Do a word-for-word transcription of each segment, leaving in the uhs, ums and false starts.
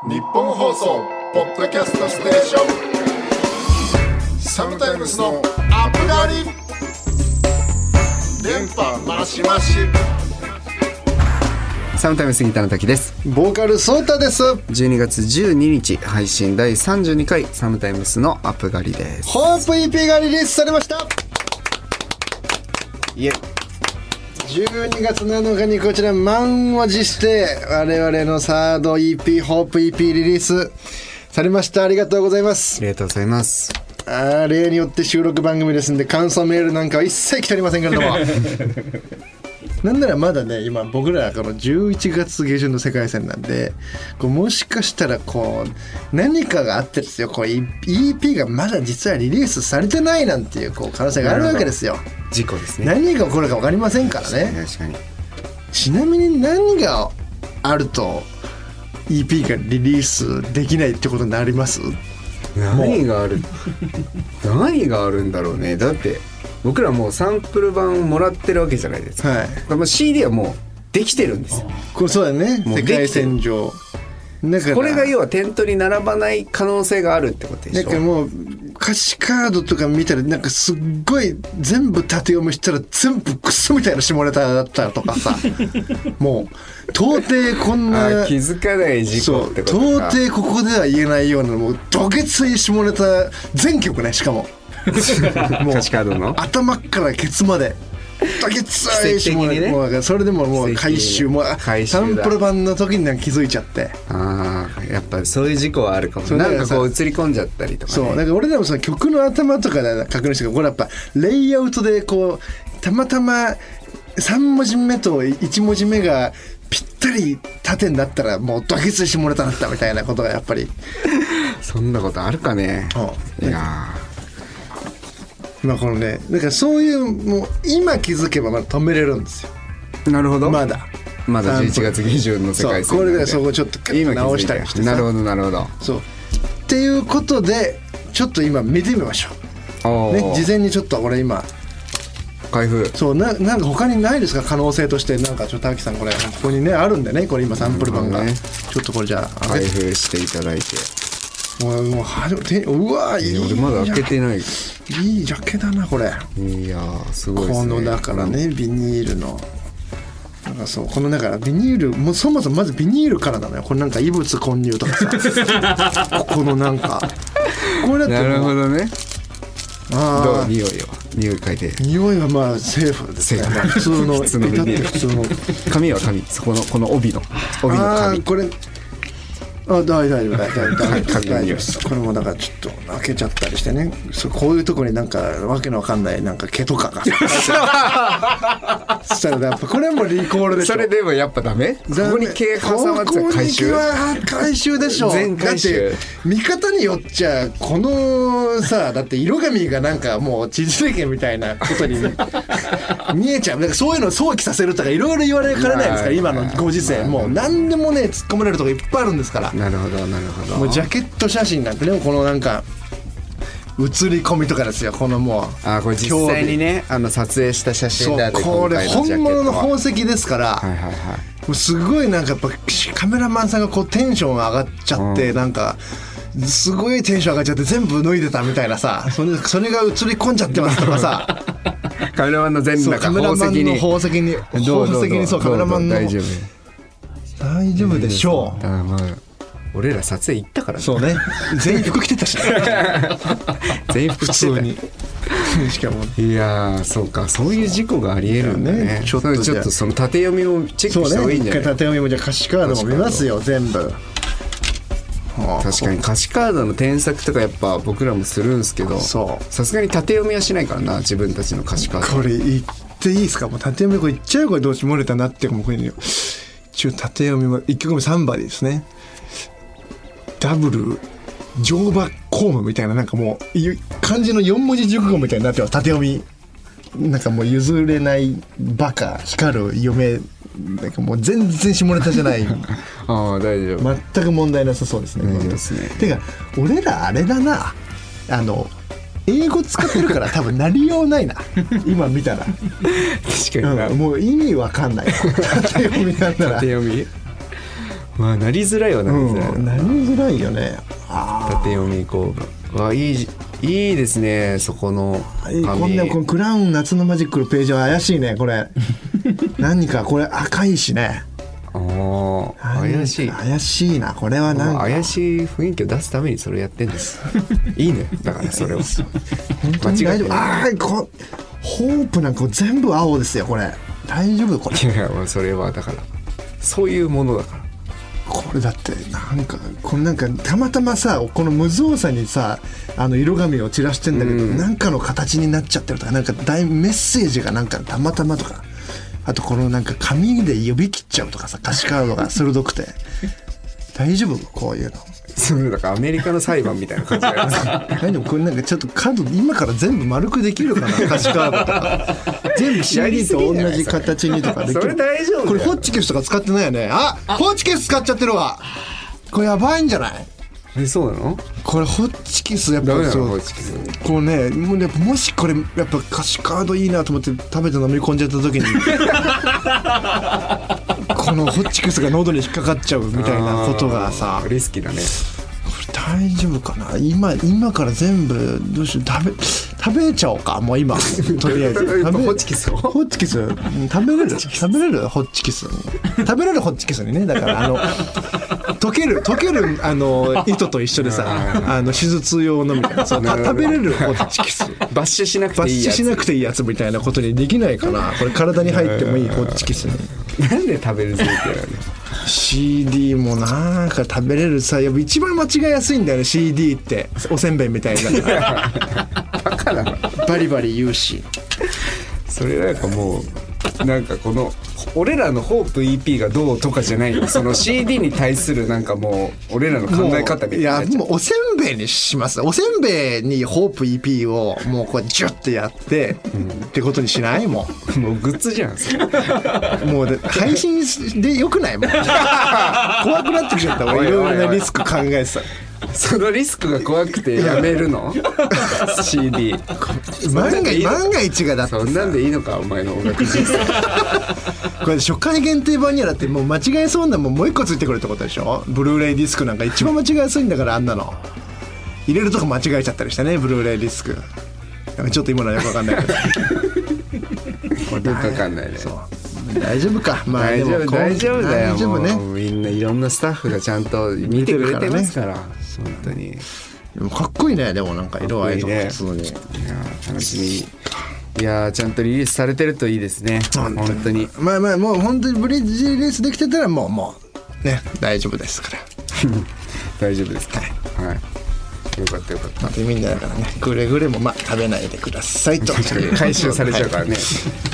日本放送ポッドキャストステーションサムタイムスのアップガリ電波マシマシ。 サムタイムスギターの滝です。 ボーカルソータです。 じゅうにがつじゅうににち配信だいさんじゅうにかいサムタイムスのアップガリです。 ホープ イーピー がリリースされました。 いえじゅうにがつなのかにこちら満を持して我々のサード イーピー ホープ イーピー リリースされました。ありがとうございます。 ありがとうございます。 あ例によって収録番組ですんで感想メールなんかは一切来ておりませんけれどもなんならまだね今僕らこのじゅういちがつ下旬の世界線なんでこうもしかしたらこう何かがあってですよこう イーピー がまだ実はリリースされてないなんていうこう可能性があるわけですよ。 事故ですね。 何が起こるか分かりませんからね。 確かに。 ちなみに何があると イーピー がリリースできないってことになります？ 何がある何があるんだろうね。だって僕らもうサンプル版をもらってるわけじゃないですか、はい、まあ シーディー はもうできてるんですよ。 これそうだね。世界線上だからこれが要は店頭に並ばない可能性があるってことでしょ。 だからもう歌詞カードとか見たらなんかすっごい全部縦読みしたら全部クソみたいな下ネタだったとかさもう到底こんな気づかない事故ってことか。 到底ここでは言えないようなもうどげつい下ネタ全曲ね。しかももう歌詞カードの頭からケツまでどげつい下ネタ、ね、もうそれでももう回収もサンプル版の時になんか気づいちゃって、 ああやっぱそういう事故はあるかも。なんかこう映り込んじゃったりとか、ね、 そうなんか俺らもその曲の頭とかで確認してこれやっぱレイアウトでこうたまたまさんもじめといちもじめがぴったり縦になったらもうドケツい下ネタだったみたいなことがやっぱりそんなことあるかね。いやまあこのねだからそういうもう今気づけばまだ止めれるんですよ。 なるほど。 まだまだじゅういちがつ下旬の世界線これでそこちょっと直したりしてさ。 なるほどなるほど。 そうっていうことでちょっと今見てみましょう、ね、事前にちょっと俺今開封そう な, なんか他にないですか可能性として。なんかちょっと滝さんこれここにねあるんでねこれ今サンプル版が、ね、ちょっとこれじゃあ開封していただいてもうもう初めてうわいい俺まだ開けてない。 いいジャケだなこれ。 いやすごいですね。 このだからねビニールのなんかそうこのだからビニールもうそもそもまずビニールからなのよ。これなんか異物混入とかさここのなんかこれだってなるほどね。 あどう匂いは匂い嗅いで匂いはまあセーフですね。まあ、普通の普通のビニール普通の紙は紙そこのこの帯の帯の紙これあ大丈夫大丈夫大丈夫大丈夫。これもだからちょっと開けちゃったりしてねそうこういうところになんかわけのわかんないなんか毛とかがそしたらやっぱこれもリコールでしょ。 それでもやっぱダメ。ここに毛挟まってたら回収。 ここに毛は回収でしょ。 全回収。 だって見方によっちゃこのさだって色紙がなんかもう知事政権みたいなことに見えちゃう。なんかそういうのを想起させるとかいろいろ言われかねないですから今のご時世もう何でもね突っ込まれるとこいっぱいあるんですから。 なるほどなるほど。 もうジャケット写真なんてねこのなんか写り込みとかですよ。このもうあこれ実際にねあの撮影した写真であるこれ本物の宝石ですから、はいはいはい、もうすごいなんかやっぱカメラマンさんがこうテンション上がっちゃって、うん、なんかすごいテンション上がっちゃって全部脱いでたみたいなさそれ、それが映り込んじゃってますとかさカメラマンの全裸カメラマンの宝石に宝石にそうカメラマンの大丈夫大丈夫でしょう。 あまあ俺ら撮影行ったからね。 そうね全員服着てたし全員服着てた普通にしかもいやそうかそういう事故がありえるんだね。ちょっとちょっとその縦読みもチェックした方がいいんじゃない。 そうね縦読みもじゃあ歌詞カードも見ますよ全部。 確かに歌詞カードの添削とかやっぱ僕らもするんですけどさすがに縦読みはしないからな自分たちの歌詞カード。 これ言っていいですか。もう縦読みこれ言っちゃうこれどうし漏れたなってもうこれ一応縦読みもいっきょくめサンバディですね。ダブル乗馬公務みたいななんかもう漢字のよんもじ熟語みたいになってます縦読み。なんかもう譲れないバカ光る嫁なんかもう全然下ネタじゃないああ大丈夫全く問題なさそうですね。 大丈夫ですね。 てか俺らあれだなあの英語使ってるから多分なりようないな今見たら確かにな、 うん、もう意味わかんない縦読みなんなら縦読みまあなりづらいはなりづらい、 うん、なり白いよね。 縦読み公文はいいいいですね。そこの紙こんなこのクラウン夏のマジックのページは怪しいねこれ何かこれ赤いしね。 ああ怪しい怪しいなこれは。なんか怪しい雰囲気を出すためにそれやってんですいいねだからそれを本当に大丈夫。ああこホープなんか全部青ですよこれ。大丈夫これ。 いやそれはだからそういうものだから。 これだってなんかこのなんかたまたまさこの無造作にさあの色紙を散らしてんだけど、うん、なんかの形になっちゃってるとかなんか大メッセージがなんかたまたまとか、あとこのなんか紙で呼び切っちゃうとかさ、歌詞カードが鋭くて大丈夫こういうの。 そうだからアメリカの裁判みたいな感じがありますでもこれなんかちょっとカード今から全部丸くできるかな歌詞カードとか全部 シーディー と同じ形にとかできる。 それ大丈夫。 これホッチキスとか使ってないよね。あホッチキス使っちゃってるわ。これやばいんじゃない？ えそうなの？これホッチキスやっぱそうホッチキスこうねもうねもしこれやっぱ歌詞カードいいなと思って食べて飲み込んじゃった時にこのホッチキスが喉に引っかかっちゃうみたいなことがさリスキーだね。 これ大丈夫かな。今今から全部どうしよう食べ食べちゃおうかもう今とりあえず食べホッチキスをホッチキス食べれる食べれるホッチキス食べれるホッチキスにね。だからあの溶ける溶けるあの糸と一緒でさあの手術用のみたいなそう食べれるホッチキスバッシュしなくていいやつバッシュしなくていいやつみたいなことにできないかな。これ体に入ってもいいホッチキスになんで食べる前提なの？ シーディー もなんか食べれるさ。やっぱ一番間違いやすいんだよね シーディー っておせんべいみたいなバカだな。 バリバリ言うしそれなんかもうなんかこの俺らのホープ イーピー がどうとかじゃないよ。その シーディー に対するなんかもう俺らの考え方みたいになっちゃう。 いやもうおせんべいにします。おせんべいにホープ イーピー をもうこうジュッてやって、うん、ってことにしない？もうもうグッズじゃんそれもうで配信でよくない？もう怖くなってきちゃった俺いろいろなリスク考えてた。 そのリスクが怖くてやめるのシーディー万が一万が一がだってそんなんでいいのかお前の音楽人生これ初回限定版にはだってもう間違えそうなもんもう一個ついてくるってことでしょ。ブルーレイディスクなんか一番間違えやすいんだからあんなの入れるとこ間違えちゃったりしてねブルーレイディスク。ちょっと今のはよくわかんないけどこれよくわかんないね。 そう大丈夫か、まあ、 大丈夫大丈夫だよ。 大丈夫ね。 もうみんないろんなスタッフがちゃんと見てくれてますから本当に。 でもかっこいいね。でもなんか色合いとか普通に、ね、いや楽しみ。いやちゃんとリリースされてるといいですね本当に。 まあまあもう本当にブリッジリリースできてたらもうもうね大丈夫ですから大丈夫ですか。はい、はいよかったよかった。 みんなだからねくれぐれもまあ食べないでくださいと回収されちゃうからね、はい、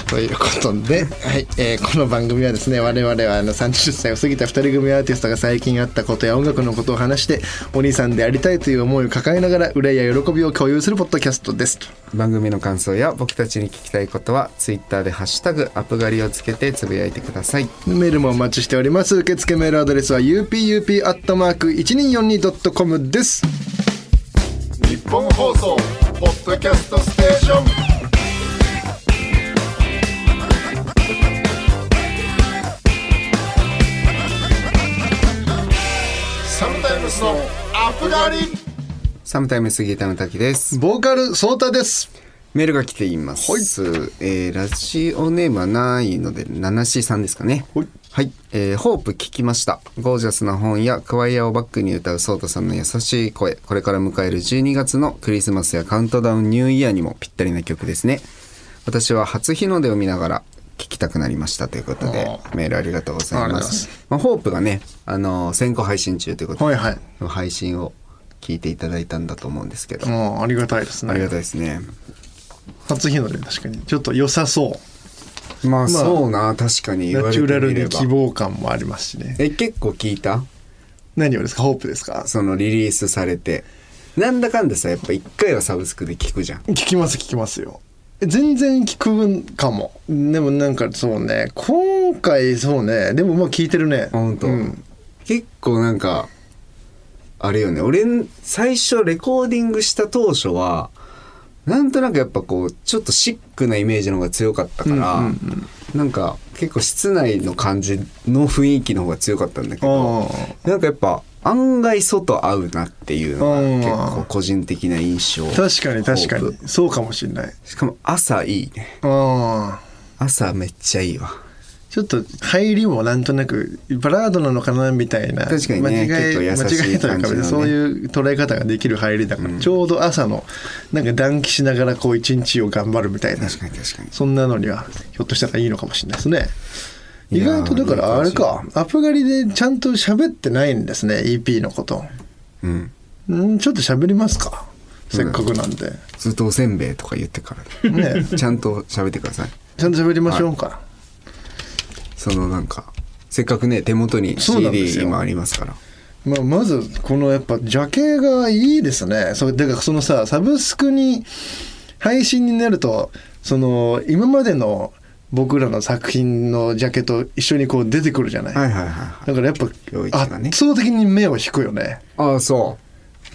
ということで、はいえー、この番組はですね我々はあのさんじゅっさいを過ぎたふたり組アーティストが最近あったことや音楽のことを話してお兄さんでありたいという思いを抱えながら憂いや喜びを共有するポッドキャストですと。 番組の感想や僕たちに聞きたいことはツイッターでハッシュタグアプガリをつけてつぶやいてください。 メールもお待ちしております。受付メールアドレスは ユーピーユーピー アットマーク いちにーよんに ドットコム です。 日本放送ポッドキャストステーションサムタイムスのアップガリ。 サムタイムスギターの滝です。 ボーカルソータです。 メールが来ています、はいえー、ラジオネームはないのでナナシさんですかね。はいはい、えー、ホープ聞きました。ゴージャスな本やクワイアをバックに歌うソータさんの優しい声、これから迎えるじゅうにがつのクリスマスやカウントダウンニューイヤーにもぴったりな曲ですね。私は初日の出を見ながら聴きたくなりましたということでメールありがとうございます。まあ、ホープがね、あのー、先行配信中ということで、はいはい、配信を聞いていただいたんだと思うんですけど、 ありがたいですね。 ありがたいですね。 初日の出確かにちょっと良さそう。 まあそうな、まあ、確かに言われてみればナチュラルに希望感もありますしね。 え結構聞いた？ 何をですか？ホープですか？ そのリリースされてなんだかんださやっぱ一回はサブスクで聞くじゃん。 聞きます聞きますよ。全然聞くかも。でもなんかそうね今回そうねでもまあ聞いてるね。 本当、うん、結構なんかあれよね。俺最初レコーディングした当初はなんとなくやっぱこうちょっとシックなイメージの方が強かったから、うんうんうん、なんか結構室内の感じの雰囲気の方が強かったんだけどなんかやっぱ案外外合うなっていうのが結構個人的な印象。 確かに確かにそうかもしれない。 しかも朝いいね。 あ朝めっちゃいいわ。 ちょっと入りもなんとなくバラードなのかなみたいな。 確かにね、 間違い結構優しい感じのね、 間違えたらそういう捉え方ができる入りだから、うん、ちょうど朝のなんか暖気しながらこう一日を頑張るみたいな。 確かに確かに。 そんなのにはひょっとしたらいいのかもしれないですね。意外とだからあれか、アプ狩りでちゃんと喋ってないんですね イーピー のこと。うん。んちょっと喋りますか。せっかくなんで。うん、 ずっとおせんべいとか言ってからね。ちゃんと喋ってください。 ちゃんと喋りましょうか。はい、 そのなんかせっかくね手元に シーディー 今ありますから。 まあ、まずこのやっぱジャケがいいですね。それだからそのさサブスクに配信になるとその今までの僕らの作品のジャケと一緒にこう出てくるじゃない。 はいはいはい。 だからやっぱ圧倒的に目を引くよね。 ああそう。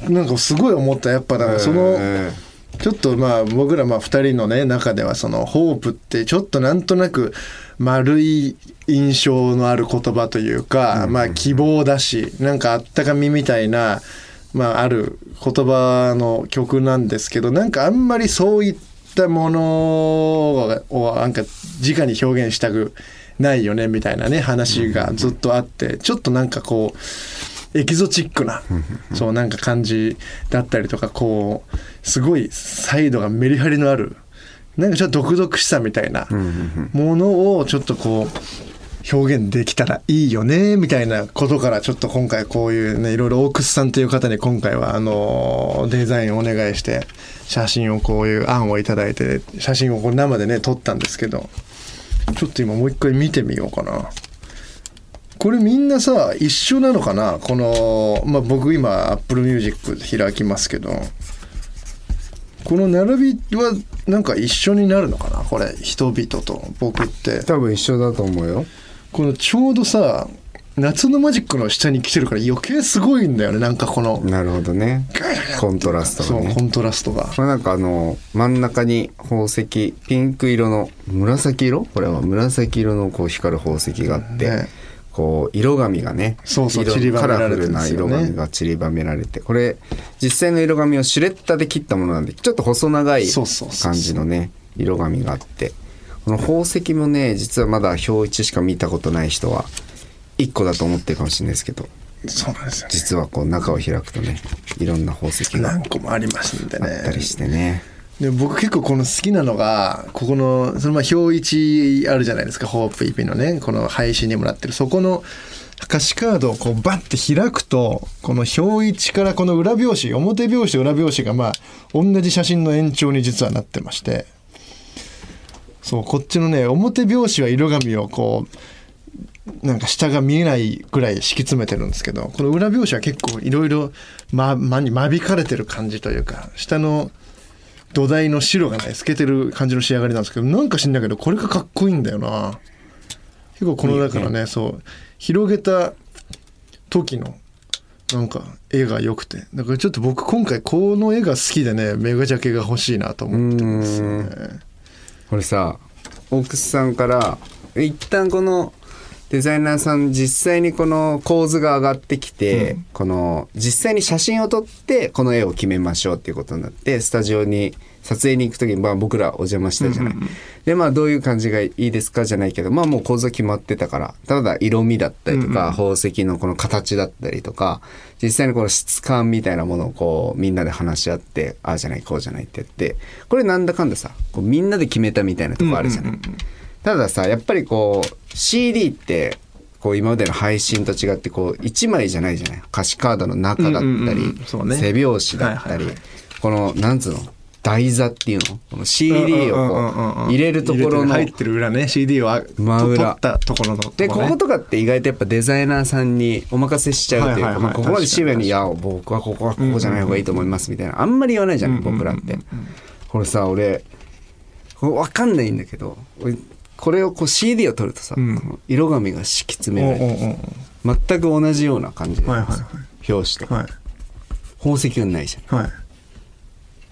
なんかすごい思ったやっぱだからそのちょっとまあ僕らまあふたりのね中ではそのホープってちょっとなんとなく丸い印象のある言葉というか、まあ希望だしなんかあったかみみたいなまあある言葉の曲なんですけど、なんかあんまりそういったものをなんか直に表現したくないよねみたいなね話がずっとあって、ちょっとなんかこうエキゾチックなそうなんか感じだったりとか、こうすごいサイドがメリハリのあるなんかちょっと毒々しさみたいなものをちょっとこう表現できたらいいよねみたいなことから、ちょっと今回こういうねいろいろ大楠さんという方に今回はあのデザインをお願いして写真をこういう案をいただいて写真をこう生でね撮ったんですけど、ちょっと今もう一回見てみようかな。これみんなさ一緒なのかな。この、まあ、僕今 Apple Music 開きますけど、この並びはなんか一緒になるのかな。これ人々と僕って多分一緒だと思うよ。 このちょうどさ夏のマジックの下に来てるから余計すごいんだよね。なんかこのなるほどねコントラストがね。 そうコントラストが、 まあ、なんかあの真ん中に宝石ピンク色の紫色これは紫色のこう光る宝石があって、ね、こう色紙がねそうそう散りばめられてるんですよね。 カラフルな色紙が散りばめられて、これ実際の色紙をシュレッダーで切ったものなんでちょっと細長い感じのね色紙があって、この宝石もね実はまだ表一しか見たことない人はいっこだと思ってるかもしれないですけど、 そうなんですよね。実はこう中を開くとねいろんな宝石が何個もありますんでねあったりしてね。 で僕結構この好きなのがここのそのまあ表一あるじゃないですか、ホープイピのねこの配信にもらってるそこの歌詞カードをこうバッて開くとこの表一からこの裏表紙表表紙と裏表紙がまあ同じ写真の延長に実はなってまして、そうこっちのね表表紙は色紙をこうなんか下が見えないぐらい敷き詰めてるんですけど、この裏表紙は結構いろいろ間引かれてる感じというか下の土台の白がね透けてる感じの仕上がりなんですけど、なんか知んないけどこれがかっこいいんだよな。結構このだからね、いいねそう広げた時のなんか絵が良くて、だからちょっと僕今回この絵が好きでねメガジャケが欲しいなと思ってますね。 これさ大楠さんから一旦このデザイナーさん実際にこの構図が上がってきて、うん、この実際に写真を撮ってこの絵を決めましょうっていうことになってスタジオに撮影に行く時に、まあ、僕らお邪魔したじゃない、うんうんうん、でまあどういう感じがいいですかじゃないけど、まあもう構図決まってたからただ色味だったりとか、うんうん、宝石のこの形だったりとか実際にこの質感みたいなものをこうみんなで話し合ってああじゃないこうじゃないってやってこれなんだかんださこうみんなで決めたみたいなとこあるじゃない、うんうんうんうん、たださやっぱりこう シーディー ってこう今までの配信と違ってこういちまいじゃないじゃない。歌詞カードの中だったり、うんうんうんね、背表紙だったり、はいはいはい、このなんつうの台座っていうのこの シーディー をこう入れるところの入ってる裏ね シーディー を真裏取ったところのとこ、ね、 でこことかって意外とやっぱデザイナーさんにお任せしちゃうというか、はいはいはい、ここまでシーディーにいや僕はここはここじゃない方がいいと思いますみたいなあんまり言わないじゃない、うんうんうんうん、僕らって。これさ俺これ分かんないんだけど俺これをこう シーディー を取るとさ、うん、この色紙が敷き詰められて、うんうんうん、全く同じような感じで、はいはいはい、表紙と、はい、宝石がないじゃん、はい、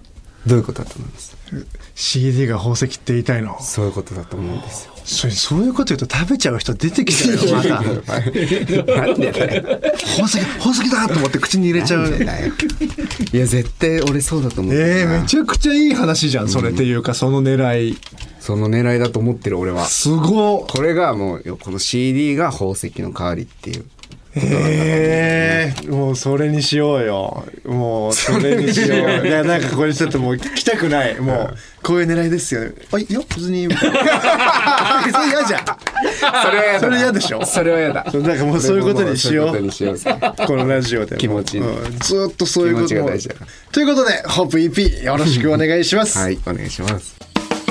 どういうことだと思います？ シーディー が宝石って言いたいの？ そういうことだと思うんですよ。 そ, そういうこと言うと食べちゃう人出てきちゃうよまたなんでだよ。 宝石宝石だと思って口に入れちゃう。 いや絶対俺そうだと思う。 えー、めちゃくちゃいい話じゃんそれ、うん、っていうかその狙いその狙いだと思ってる俺は。 すごい。 これがもうこの シーディー が宝石の代わりっていう。 えー、もうそれにしようよ。もうそれにしよう。いやなんかこれちょっともう聞きたくない。もうこういう狙いですよね。あいや別にそれ嫌じゃん。 それは嫌だ。 それ嫌でしょ。 それは嫌だ。 なんかもうそういうことにしよう。 このラジオで気持ちいい、 うん、ずっとそういうこと気持ちが大事だから。 ということでホープ イーピー よろしくお願いします。 はいお願いします。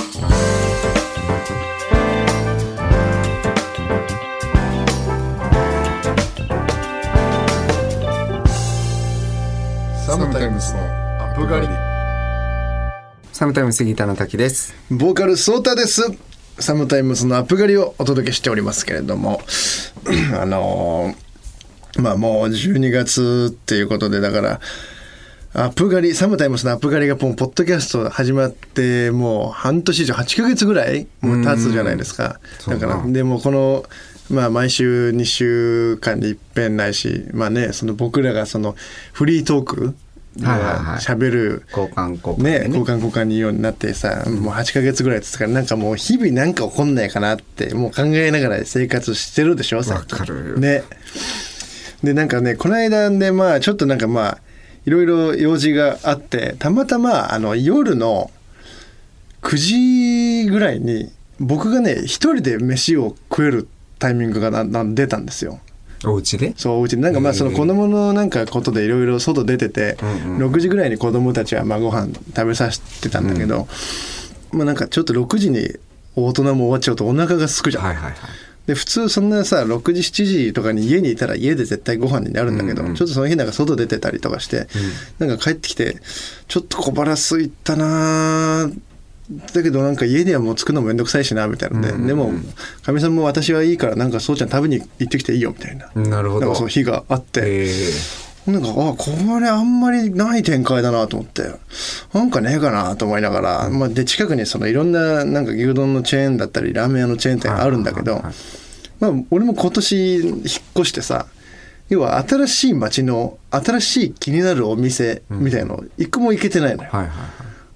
サムタイムスのアップ狩り。 サムタイムスギターの滝です。 ボーカルソータです。サムタイムスのアップ狩りをお届けしておりますけれどもあのー、まあもうじゅうにがつっていうことで、だからアップ狩りサムタイムスのアップ狩りがもうポッドキャスト始まってもう半年以上はちかげつぐらいもう経つじゃないですか。だからでもこのまあ毎週にしゅうかんに一遍ないし、まあねその僕らがそのフリートーク喋る交換交換ね交換交換にようになってさ、もうはちかげつぐらいですから、なんかもう日々なんか起こんないかなってもう考えながら生活してるでしょ。 わかるね。でなんかねこの間ねまあちょっとなんかまあいろいろ用事があってたまたまあの夜のくじぐらいに僕がね一人で飯を食えるタイミングがなな出たんですよ。 お家で？ そうお家でなんかまあその子供のなんかことでいろいろ外出てて、うんうん、ろくじぐらいに子供たちはまあご飯食べさせてたんだけど、うん、まあなんかちょっとろくじに大人も終わっちゃうとお腹がすくじゃん、はいはいはい、で普通そんなさろくじしちじとかに家にいたら家で絶対ご飯になるんだけど、うんうん、ちょっとその日なんか外出てたりとかして、うん、なんか帰ってきてちょっと小腹すいたなだけどなんか家ではもう作るのもめんどくさいしなみたいなので、うんうんうん、でもかみさんも私はいいからなんかそうちゃん食べに行ってきていいよみたいな、 なるほど、 なんかそう日があって、なんかあこれあんまりない展開だなと思ってなんかねえかなと思いながら、まあ、で近くにそのいろんななんか牛丼のチェーンだったりラーメン屋のチェーン店あるんだけど、まあ、俺も今年引っ越してさ要は新しい街の新しい気になるお店みたいの一個も行けてないのよ、うんはいはいはい、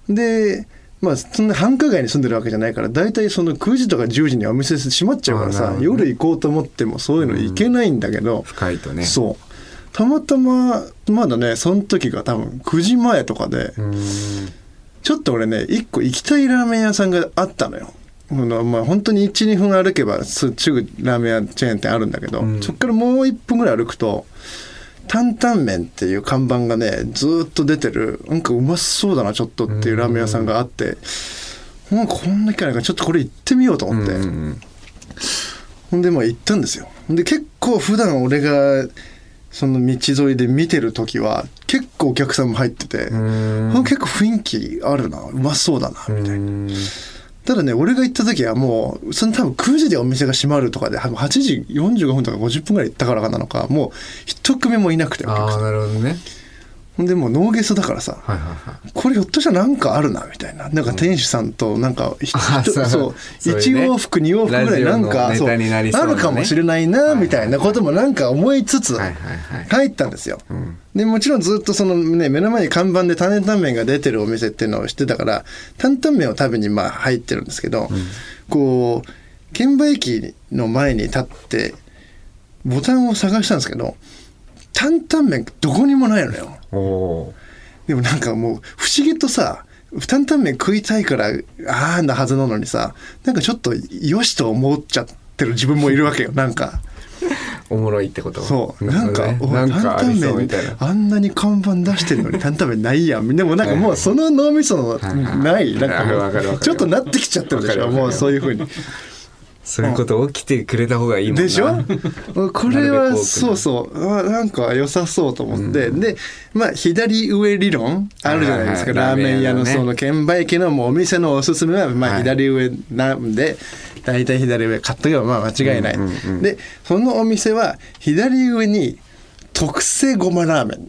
でまあそんな繁華街に住んでるわけじゃないからだいたいそのくじとかじゅうじにはお店閉まっちゃうからさ、ね、夜行こうと思ってもそういうの行けないんだけど、うん、 深いとねそうたまたままだねその時が多分くじまえとかでちょっと俺ね一個行きたいラーメン屋さんがあったのよ。まあ、本当に いちにふん歩けばすぐラーメン屋チェーン店あるんだけど、うん、そっからもういっぷんぐらい歩くと担々麺っていう看板がねずっと出てるなんかうまそうだなちょっとっていうラーメン屋さんがあって、うん、なんかこんな機会ないからちょっとこれ行ってみようと思って、うん、ほんでまあ行ったんですよ。で結構普段俺がその道沿いで見てる時は結構お客さんも入ってて、うん結構雰囲気あるなうまそうだなみたいな。ただね俺が行った時はもうその多分くじでお店が閉まるとかではちじよんじゅうごふんとかごじゅっぷんぐらい行ったからかなのかもう一組もいなくてお客さん。 あなるほどね。 ほんでもうノーゲストだからさ、 はいはいはい、 これひょっとしたらなんかあるなみたいななんか店主さんとなんか、うん、そうそういち往復に往復ぐらいなんかそうあるかもしれないなみたいなこともなんか思いつつ入ったんですよ、はいはいはい、でもちろんずっとその、ね、目の前に看板で担々麺が出てるお店っていうのを知ってたから担々麺を食べにまあ入ってるんですけど、うん、こう券売機の前に立ってボタンを探したんですけど担々麺どこにもないのよ。おでもなんかもう不思議とさ担々麺食いたいからああなはずなのにさなんかちょっとよしと思っちゃってる自分もいるわけよなんかおもろいってこと。 そうなんか、ね、担々麺あんなに看板出してるのに担々麺ないやんでもなんかもうその脳みそのないなんかもうちょっとなってきちゃってるでしょもうそういう風にそういうこと起きてくれた方がいいもんなでしょこれはそうそうなんか良さそうと思って、うん、でまあ左上理論あるじゃないですか、はいはい、ラーメン屋のその券売機のもうお店のおすすめはまあ左上なんで、はい、だいたい左上買っとけばまあ間違いない、うんうんうん、でそのお店は左上に特製ごまラーメン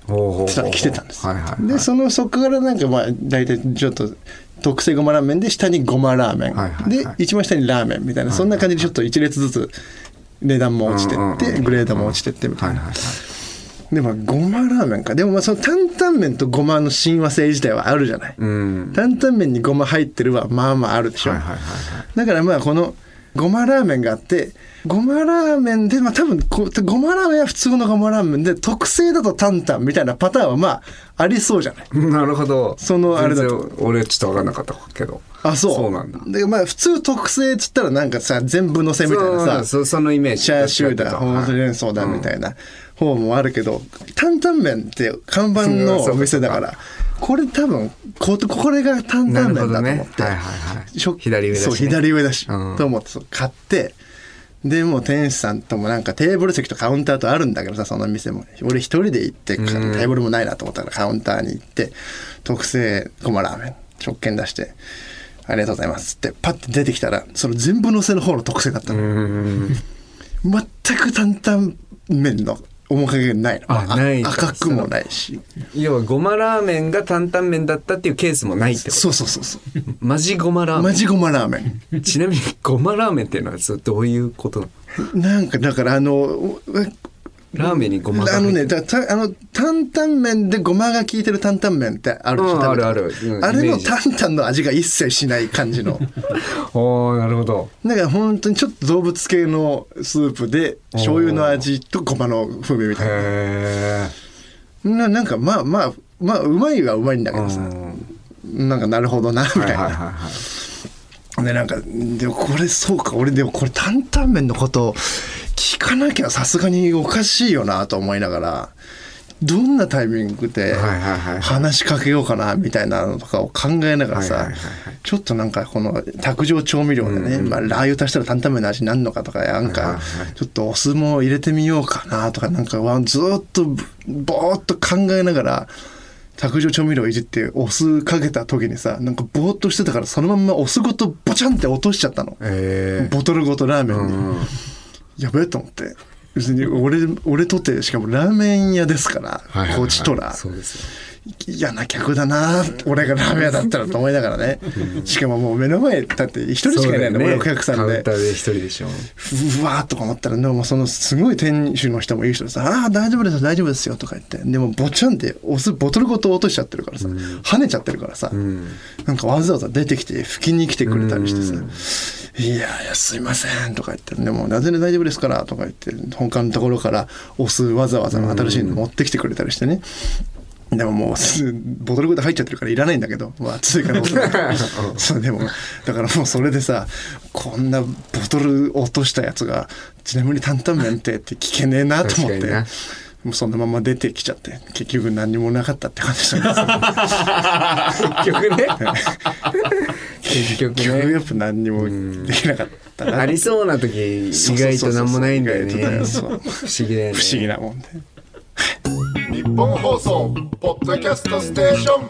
つまり来てたんです、 はいはいはい、 でそのそこからなんかまあ大体ちょっと特製ごまラーメンで下にごまラーメン、はいはいはい、で一番下にラーメンみたいな、そんな感じでちょっと一列ずつ値段も落ちてって、うんうんうん、グレードも落ちてってみたいな、はいはいはい、でもごまラーメンか。でもまあその担々麺とごまの親和性自体はあるじゃない、うん、担々麺にごま入ってるはまあまああるでしょ、はいはいはいはい、だからまあこのごまラーメンがあって、ごまラーメンでまあ多分こごまラーメンは普通のごまラーメンで特製だと担々みたいなパターンはまあありそうじゃない。 なるほど。 そのあれだと俺ちょっと分かんなかったけど。あ、そう。そうなんだ。 でまあ普通特製っつったらなんかさ全部のせみたいなさ、 そ, そのイメージ。 チャーシューだ、ほうれん草だみたいな方もあるけど、担々麺って看板のお店だから。これ多分 こ, これが担々麺だと思って、ね、はいはいはい、 左上だし、ね、 そう左上だし、うん、と思ってそう買って、でもう店主さんともなんかテーブル席とカウンターとあるんだけどさ、その店も俺一人で行って、うん、テーブルもないなと思ったからカウンターに行って特製ごまラーメン食券出してありがとうございますってパッて出てきたら、その全部のせの方の特製だったの。うん全く担々麺の面影がないの。あない赤くもないし、 要はごまラーメンが担々麺だったっていうケースもないってこと。 そうそうそうそうマジごまラーメン。 マジごまラーメンちなみにごまラーメンっていうのはどういうことなの？ なんかだからあのラーメンにごまがあのねだたあの担々麺でごまが効いてる担々麺ってあるでしょ、うん、 あるある、うん、 あれの担々の味が一切しない感じのおーなるほど。 だから本当にちょっと動物系のスープで醤油の味とごまの風味みたいな。へななんかまあまあまあうまいはうまいんだけどさ、なんかなるほどなみたいな、はいはいはいはい、でなんかでもこれそうか、俺でもこれ担々麺のこと聞かなきゃさすがにおかしいよなと思いながら、どんなタイミングで話しかけようかなみたいなのとかを考えながらさ、ちょっとなんかこの卓上調味料でね、うんまあ、ラー油足したら担々麺の味になるのかとか、なんかちょっとお酢も入れてみようかなとか、なんかずっとぼーっと考えながら卓上調味料いじってお酢かけた時にさ、なんかぼーっとしてたからそのまんまお酢ごとボチャンって落としちゃったの、えー、ボトルごとラーメンに、うんやべえと思って。別に 俺, 俺とってしかもラーメン屋ですから、はいはいはい、こちとらそうですよ、嫌な客だな俺がラーメン屋だったらと思いながらねしかももう目の前だって一人しかいないの、ね、俺お客さんでカウンターで一人でしょ。うわーとか思ったら、でもそのすごい店主の人もいい人でさ、ああ大丈夫ですよ大丈夫ですよとか言って、でもボチャンってお酢ボトルごと落としちゃってるからさ、うん、跳ねちゃってるからさ、うん、なんかわざわざ出てきて拭きに来てくれたりしてさ、うんいやいやすいませんとか言って、でもなぜ大丈夫ですからとか言って他のところからお酢わざわざ新しいの持ってきてくれたりしてね、でももうボトルごと入っちゃってるからいらないんだけど、まあ、熱いからそうでもだからもうそれでさ、こんなボトル落としたやつがちなみに担々麺ってって聞けねえなと思ってもうそのまま出てきちゃって、結局何にもなかったって感じしたんですよ結局ね結局ね結局やっぱ何にもできなかったな。 ありそうな時意外と何もないんだよね。不思議だよね。 不思議なもんで日本放送ポッドキャストステーション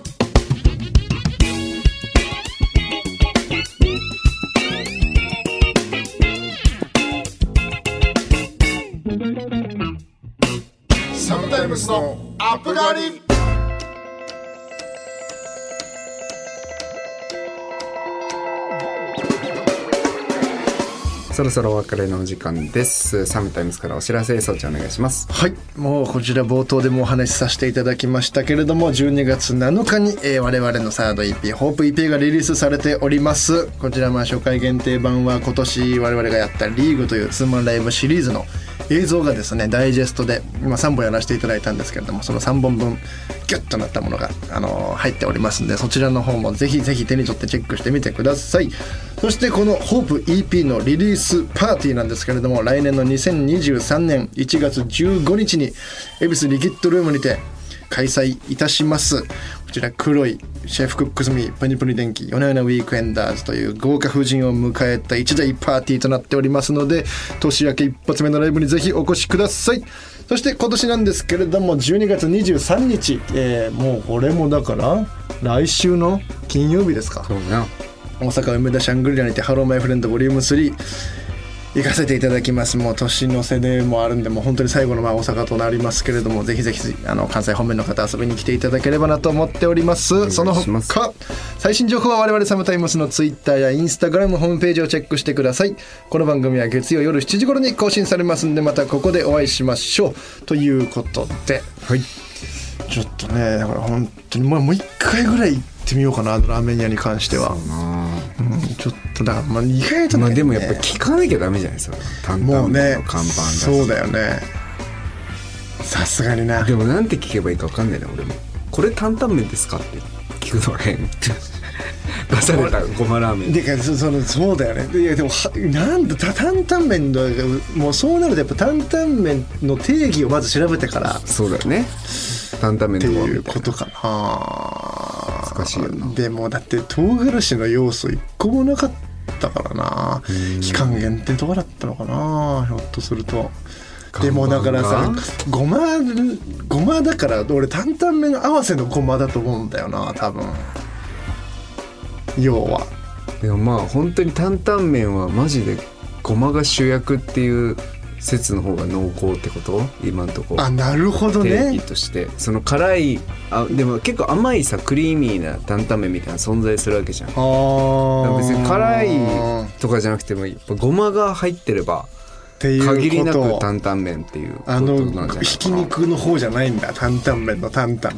サムタイムスのアップガリ。 そろそろお別れのお時間です。サムタイムスからお知らせ、そうちゃんお願いします。 はい、もうこちら冒頭でもお話しさせていただきましたけれども、じゅうにがつなのかに、えー、我々のサード イーピー ホープ イーピー がリリースされております。こちらまあ初回限定版は今年我々がやったリーグというツーマンライブシリーズの映像がですねダイジェストで今さんぼんやらせていただいたんですけれども、そのさんぼんぶんギュッとなったものが、あのー、入っておりますので、そちらの方もぜひぜひ手に取ってチェックしてみてください。そしてこのホープ イーピー のリリースパーティーなんですけれども、来年のにせんにじゅうさんねんいちがつじゅうごにちに恵比寿リキッドルームにて開催いたします。こちら黒いシェフクックスミプニプニ電気夜な夜なウィークエンダーズという豪華婦人を迎えた一大パーティーとなっておりますので、年明け一発目のライブにぜひお越しください。そして今年なんですけれどもじゅうにがつにじゅうさんにち、えー、もうこれもだから来週の金曜日ですか。そうね、大阪梅田シャングリラにてハローマイフレンドボリュームスリー行かせていただきます。もう年の瀬でもあるんで、もう本当に最後のまあ大阪となりますけれども、ぜひぜひあの関西方面の方遊びに来ていただければなと思っております。その他最新情報は我々サムタイムスのツイッターやインスタグラムホームページをチェックしてください。この番組は月曜夜しちじ頃に更新されますんで、またここでお会いしましょうということで、はい、ちょっとねだから本当にもうもう一回ぐらい行ってみようかな、ラーメン屋に関しては。うん、ちょっとだからまあ意外とね、 まあ、でもやっぱ聞かなきゃダメじゃないですか、担々麺の看板だし。 そうだよね、さすがにな。 でもなんて聞けばいいか分かんないな俺も。これ担々麺ですかって聞くのは変出されたごまラーメンでか そ, そのそうだよね。いやでもなんだ担々麺のもうそうなるとやっぱ担々麺の定義をまず調べてから。 そうだよね、担々麺ってとはいうことかな。 難しいよな。 でもだって唐辛子の要素一個もなかったからな。期間限定とかだったのかな、ひょっとすると。でもだからさ、ごまごまだから俺担々麺合わせのごまだと思うんだよな多分、要は。 でもまあ本当に担々麺はマジでごまが主役っていう説の方が濃厚ってこと？今のところ。 あ、なるほどね。 定義としてその辛い、あでも結構甘いさクリーミーな担々麺みたいな存在するわけじゃん。あ別に辛いとかじゃなくてもやっぱごまが入ってれば限りなく担々麺っていうことなんじゃないかな。 あのひき肉の方じゃないんだ担々麺の担々って。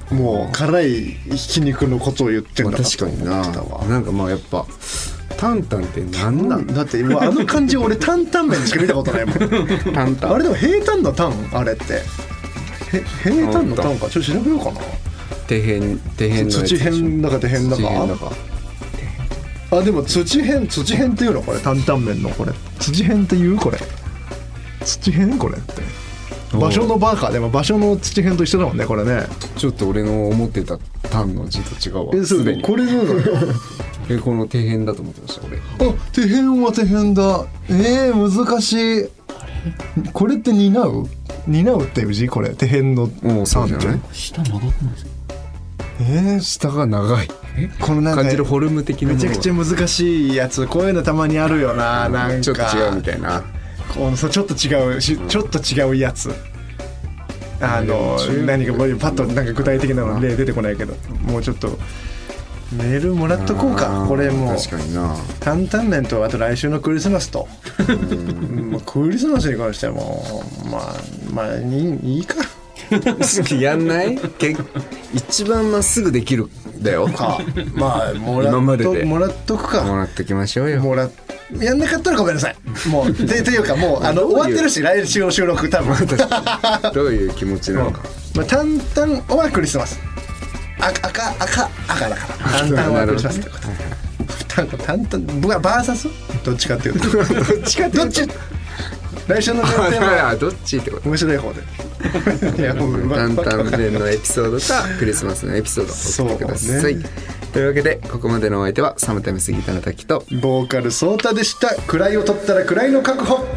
もう辛いひき肉のことを言ってるんだまあ、確かにな。なんかまあやっぱタンタンって何なんだって今あの漢字俺担々麺しか見たことないもんタンタンあれでも平坦のタンあれってへ平坦のタンかちょっと調べようかな。 底辺底辺の土辺だか底辺だか土辺だかあでも土辺土辺っていうのこれ担々麺のこれ土辺っていうこれ土辺これって場所のバーカーでも場所の土辺と一緒だもんねこれね。 ちょっと俺の思ってたタンの字と違うわ。 えそうこれなのよえこの底辺だと思ってました俺。 あ底辺は底辺だ。えー、難しい。これって担う担うっていう字これ底辺のタンって。 下長くないですか？ えー、 下が長い。 このなんか感じるフォルム的なものめちゃくちゃ難しいやつこういうのたまにあるよな。なんかちょっと違うみたいな。 このそうちょっと違うしちょっと違うやつ。あの何かパッとなんか具体的なの例出てこないけどもうちょっとメールもらっとこうか。これもう確かにな。 担々麺とあと来週のクリスマスともうクリスマスに関してはもうまあまあいい、いいかやんないけ一番まっすぐできるだよかまあもらっと今まででもらっとくか。 もらっときましょうよ。 もらっやんなかったらごめんなさい。もうでというかもうあの終わってるし来週の収録多分どういう気持ちなのか。 まあ担々はクリスマス赤赤赤赤だから担々はクリスマスってこと担々僕はバーサスどっちかっていうとどっちかっていうとどっち来週のテーマはどっちってこと面白い方でいやもう担々麺のエピソードかクリスマスのエピソードを送ってください、ね、というわけでここまでのお相手はサムタイムスギターの滝とボーカルソータでした。位を取ったら位の確保。